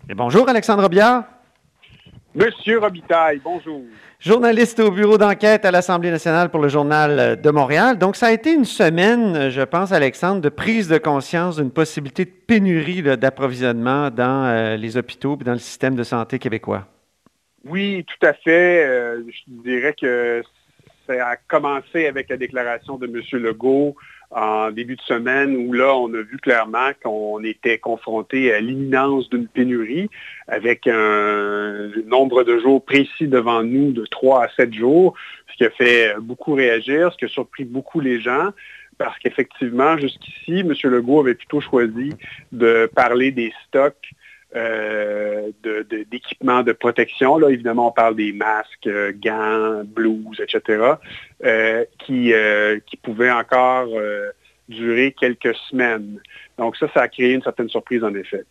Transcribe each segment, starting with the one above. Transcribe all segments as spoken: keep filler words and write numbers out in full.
Et bonjour, Alexandre Robillard. Monsieur Robitaille, bonjour. Journaliste au bureau d'enquête à l'Assemblée nationale pour le Journal de Montréal. Donc, ça a été une semaine, je pense, Alexandre, de prise de conscience d'une possibilité de pénurie là, d'approvisionnement dans euh, les hôpitaux et dans le système de santé québécois. Oui, tout à fait. Euh, je dirais que ça a commencé avec la déclaration de M. Legault en début de semaine où là, on a vu clairement qu'on était confronté à l'imminence d'une pénurie avec un nombre de jours précis devant nous de trois à sept jours, ce qui a fait beaucoup réagir, ce qui a surpris beaucoup les gens. Parce qu'effectivement, jusqu'ici, M. Legault avait plutôt choisi de parler des stocks euh, de, de, d'équipements de protection. Là, évidemment, on parle des masques, euh, gants, blouses, et cetera, euh, qui, euh, qui pouvaient encore euh, durer quelques semaines. Donc ça, ça a créé une certaine surprise, en effet.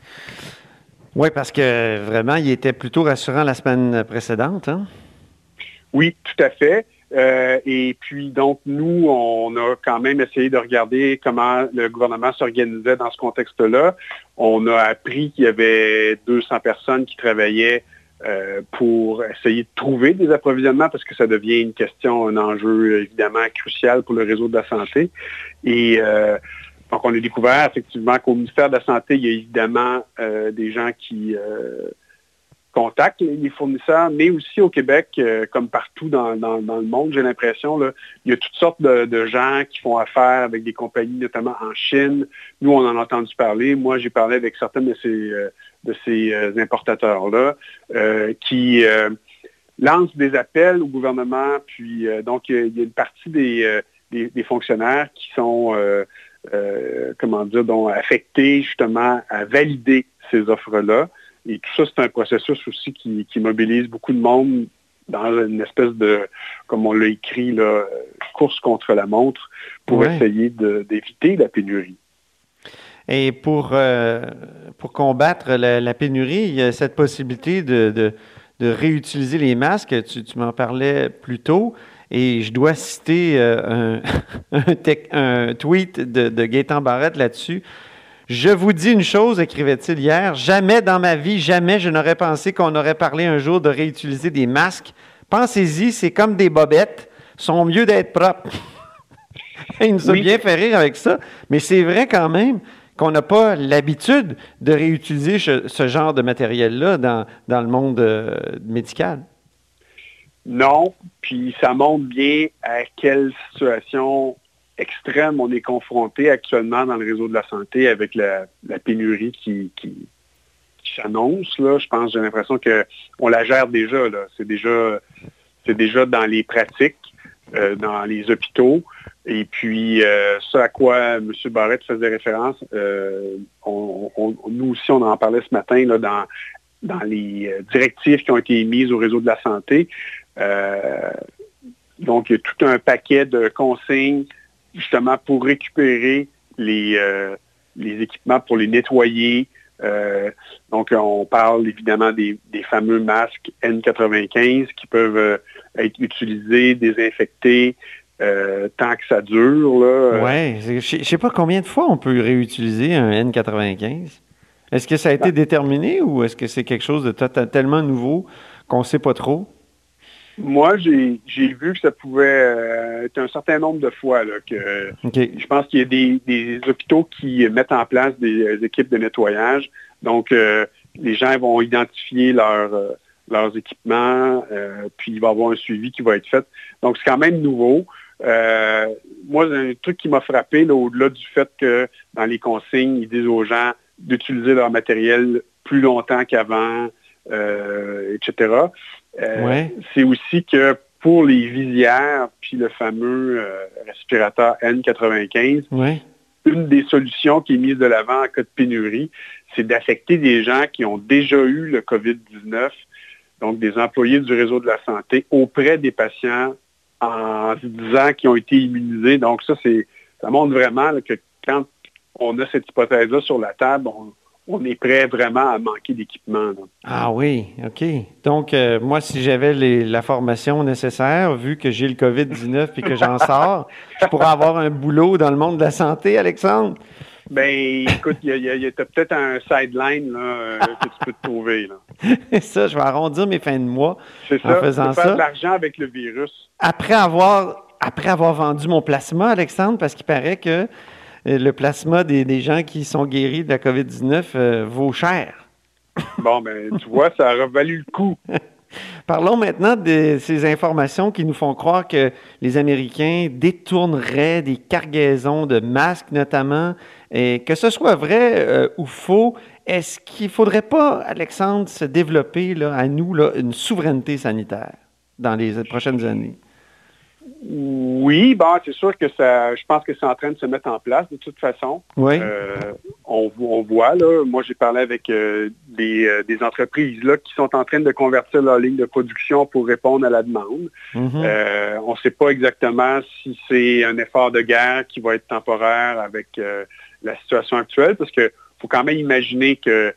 Oui, parce que vraiment, il était plutôt rassurant la semaine précédente, hein? Oui, tout à fait. Euh, et puis, donc, nous, on a quand même essayé de regarder comment le gouvernement s'organisait dans ce contexte-là. On a appris qu'il y avait deux cents personnes qui travaillaient euh, pour essayer de trouver des approvisionnements parce que ça devient une question, un enjeu évidemment crucial pour le réseau de la santé. Et euh, donc, on a découvert effectivement qu'au ministère de la Santé, il y a évidemment euh, des gens qui... Euh, contactent les fournisseurs, mais aussi au Québec, euh, comme partout dans, dans, dans le monde, j'ai l'impression, là, il y a toutes sortes de, de gens qui font affaire avec des compagnies, notamment en Chine. Nous, on en a entendu parler. Moi, j'ai parlé avec certains de ces, euh, de ces euh, importateurs-là euh, qui euh, lancent des appels au gouvernement. Puis, euh, donc, il y a une partie des, euh, des, des fonctionnaires qui sont, euh, euh, comment dire, donc, affectés justement à valider ces offres-là. Et tout ça, c'est un processus aussi qui, qui mobilise beaucoup de monde dans une espèce de, comme on l'a écrit, là, course contre la montre pour ouais. essayer de, d'éviter la pénurie. Et pour, euh, pour combattre la, la pénurie, il y a cette possibilité de, de, de réutiliser les masques. Tu, tu m'en parlais plus tôt. Et je dois citer euh, un, un, tec, un tweet de, de Gaétan Barrette là-dessus. Je vous dis une chose, écrivait-il hier, jamais dans ma vie, jamais je n'aurais pensé qu'on aurait parlé un jour de réutiliser des masques. Pensez-y, c'est comme des bobettes, sont mieux d'être propres. Il nous a oui. bien fait rire avec ça, mais c'est vrai quand même qu'on n'a pas l'habitude de réutiliser ce, ce genre de matériel-là dans, dans le monde euh, médical. Non, puis ça montre bien à quelle situation extrême on est confronté actuellement dans le réseau de la santé avec la, la pénurie qui, qui, qui s'annonce. Là. Je pense, j'ai l'impression qu'on la gère déjà. Là. C'est déjà, c'est déjà dans les pratiques, euh, dans les hôpitaux. Et puis, euh, ce à quoi M. Barrette faisait référence, euh, on, on, nous aussi, on en parlait ce matin là, dans, dans les directives qui ont été émises au réseau de la santé. Euh, donc, il y a tout un paquet de consignes justement pour récupérer les, euh, les équipements, pour les nettoyer. Euh, donc, on parle évidemment des, des fameux masques N quatre-vingt-quinze qui peuvent euh, être utilisés, désinfectés, euh, tant que ça dure. Oui, je ne sais pas combien de fois on peut réutiliser un N quatre-vingt-quinze. Est-ce que ça a été ben, déterminé ou est-ce que c'est quelque chose de tellement nouveau qu'on ne sait pas trop? Moi, j'ai, j'ai vu que ça pouvait euh, être un certain nombre de fois. Là, que, okay. Je pense qu'il y a des, des hôpitaux qui mettent en place des, des équipes de nettoyage. Donc, euh, les gens vont identifier leur, euh, leurs équipements, euh, puis il va y avoir un suivi qui va être fait. Donc, c'est quand même nouveau. Euh, moi, un truc qui m'a frappé, là, au-delà du fait que dans les consignes, ils disent aux gens d'utiliser leur matériel plus longtemps qu'avant, euh, et cetera, Euh, ouais. C'est aussi que pour les visières, puis le fameux euh, respirateur N quatre-vingt-quinze, ouais. une des solutions qui est mise de l'avant en cas de pénurie, c'est d'affecter des gens qui ont déjà eu le covid dix-neuf, donc des employés du réseau de la santé, auprès des patients en se disant qu'ils ont été immunisés. Donc ça, c'est ça montre vraiment là, que quand on a cette hypothèse-là sur la table, on on est prêt vraiment à manquer d'équipement. Là. Ah oui, OK. Donc, euh, moi, si j'avais les, la formation nécessaire, vu que j'ai le covid dix-neuf et que j'en sors, je pourrais avoir un boulot dans le monde de la santé, Alexandre? Ben, écoute, il y a, y a, y a peut-être un sideline là, euh, que tu peux te trouver. Là. Ça, je vais arrondir mes fins de mois C'est en ça, faisant tu peux faire ça. de l'argent avec le virus. Après avoir, après avoir vendu mon plasma, Alexandre, parce qu'il paraît que le plasma des, des gens qui sont guéris de la covid dix-neuf euh, vaut cher. Bon, ben, tu vois, ça a valu le coup. Parlons maintenant de ces informations qui nous font croire que les Américains détourneraient des cargaisons de masques notamment. Et que ce soit vrai euh, ou faux, est-ce qu'il ne faudrait pas, Alexandre, se développer là, à nous là, une souveraineté sanitaire dans les prochaines années? Oui, bon, c'est sûr que ça, je pense que c'est en train de se mettre en place de toute façon. Oui. Euh, on, on voit, là, moi j'ai parlé avec euh, des, euh, des entreprises là, qui sont en train de convertir leur ligne de production pour répondre à la demande. Mm-hmm. Euh, on ne sait pas exactement si c'est un effort de guerre qui va être temporaire avec euh, la situation actuelle, parce qu'il faut quand même imaginer que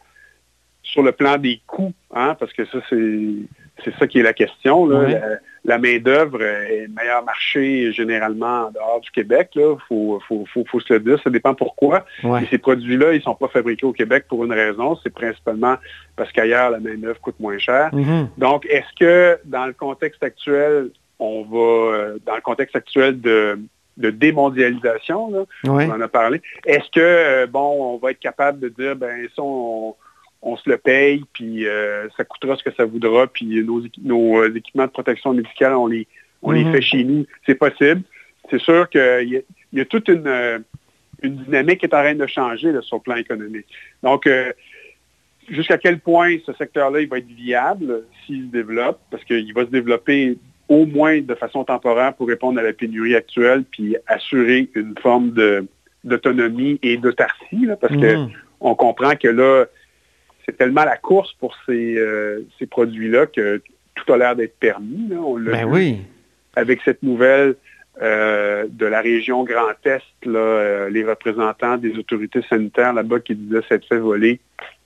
sur le plan des coûts, hein, parce que ça, c'est, c'est ça qui est la question, là, oui. la, la main-d'œuvre est le meilleur marché généralement en dehors du Québec. Il faut, faut, faut, faut se le dire, ça dépend pourquoi. Ouais. Et ces produits-là, ils ne sont pas fabriqués au Québec pour une raison, c'est principalement parce qu'ailleurs, la main-d'œuvre coûte moins cher. Mm-hmm. Donc, est-ce que dans le contexte actuel, on va, dans le contexte actuel de, de démondialisation, là, oui. on en a parlé, est-ce que, bon, on va être capable de dire, ben ça, on... on se le paye, puis euh, ça coûtera ce que ça voudra, puis nos, nos équipements de protection médicale, on les, on mm-hmm. les fait chez nous. C'est possible. C'est sûr qu'il y, y a toute une, une dynamique qui est en train de changer là, sur le plan économique. Donc, euh, jusqu'à quel point ce secteur-là il va être viable s'il se développe, parce qu'il va se développer au moins de façon temporaire pour répondre à la pénurie actuelle, puis assurer une forme de, d'autonomie et d'autarcie, là, parce mm-hmm. qu'on comprend que là, c'est tellement la course pour ces, euh, ces produits-là que tout a l'air d'être permis. Là. On l'a ben vu oui. Avec cette nouvelle euh, de la région Grand Est, là, euh, les représentants des autorités sanitaires là-bas qui disaient s'être fait voler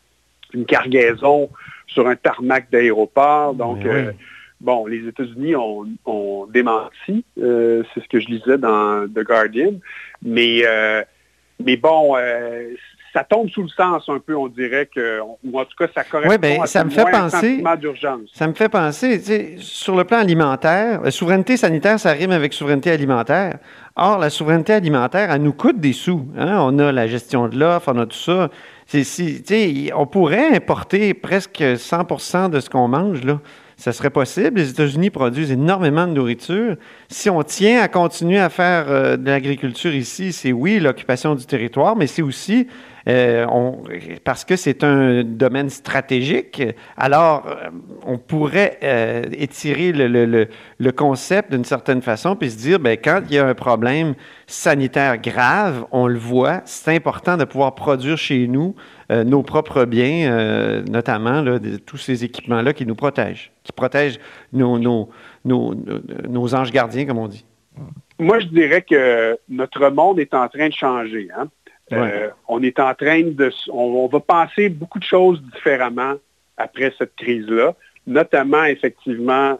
une cargaison sur un tarmac d'aéroport. Donc, ben euh, oui. bon, les États-Unis ont, ont démenti. Euh, c'est ce que je lisais dans The Guardian. Mais, euh, mais bon... Euh, ça tombe sous le sens un peu, on dirait que, ou en tout cas, ça correspond oui, ben, à ça ce me fait moins penser, un sentiment d'urgence. Ça me fait penser, tu sais, sur le plan alimentaire, la souveraineté sanitaire, ça rime avec souveraineté alimentaire. Or, la souveraineté alimentaire, elle nous coûte des sous. Hein? On a la gestion de l'offre, on a tout ça. C'est, si, tu sais, on pourrait importer presque cent pour cent de ce qu'on mange, là. Ça serait possible. Les États-Unis produisent énormément de nourriture. Si on tient à continuer à faire euh, de l'agriculture ici, c'est oui, l'occupation du territoire, mais c'est aussi euh, on, parce que c'est un domaine stratégique. Alors, euh, on pourrait euh, étirer le, le, le, le concept d'une certaine façon puis se dire, bien, quand il y a un problème sanitaire grave, on le voit, c'est important de pouvoir produire chez nous Euh, nos propres biens, euh, notamment là, de, tous ces équipements-là qui nous protègent, qui protègent nos, nos, nos, nos, nos anges gardiens, comme on dit. Moi, je dirais que notre monde est en train de changer. Hein? Ouais. Euh, on est en train de... On, on va penser beaucoup de choses différemment après cette crise-là, notamment, effectivement,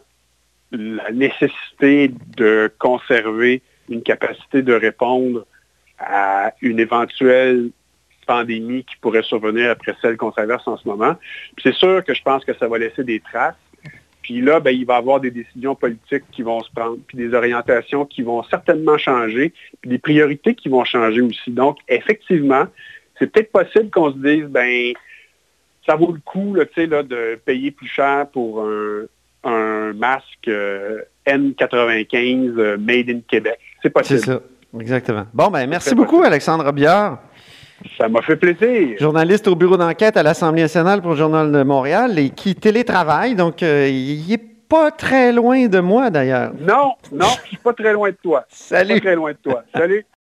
la nécessité de conserver une capacité de répondre à une éventuelle pandémie qui pourrait survenir après celle qu'on traverse en ce moment. Puis c'est sûr que je pense que ça va laisser des traces. Puis là, ben, il va y avoir des décisions politiques qui vont se prendre, puis des orientations qui vont certainement changer, puis des priorités qui vont changer aussi. Donc, effectivement, c'est peut-être possible qu'on se dise, ben, ça vaut le coup là, là, de payer plus cher pour un, un masque euh, N quatre-vingt-quinze euh, Made in Québec. C'est possible. C'est ça, exactement. Bon, ben merci beaucoup, possible. Alexandre Robillard. Ça m'a fait plaisir. Journaliste au bureau d'enquête à l'Assemblée nationale pour le Journal de Montréal et qui télétravaille, donc euh, il n'est pas très loin de moi d'ailleurs. Non, non, je ne suis pas très loin de toi. Salut. Pas très loin de toi. Salut.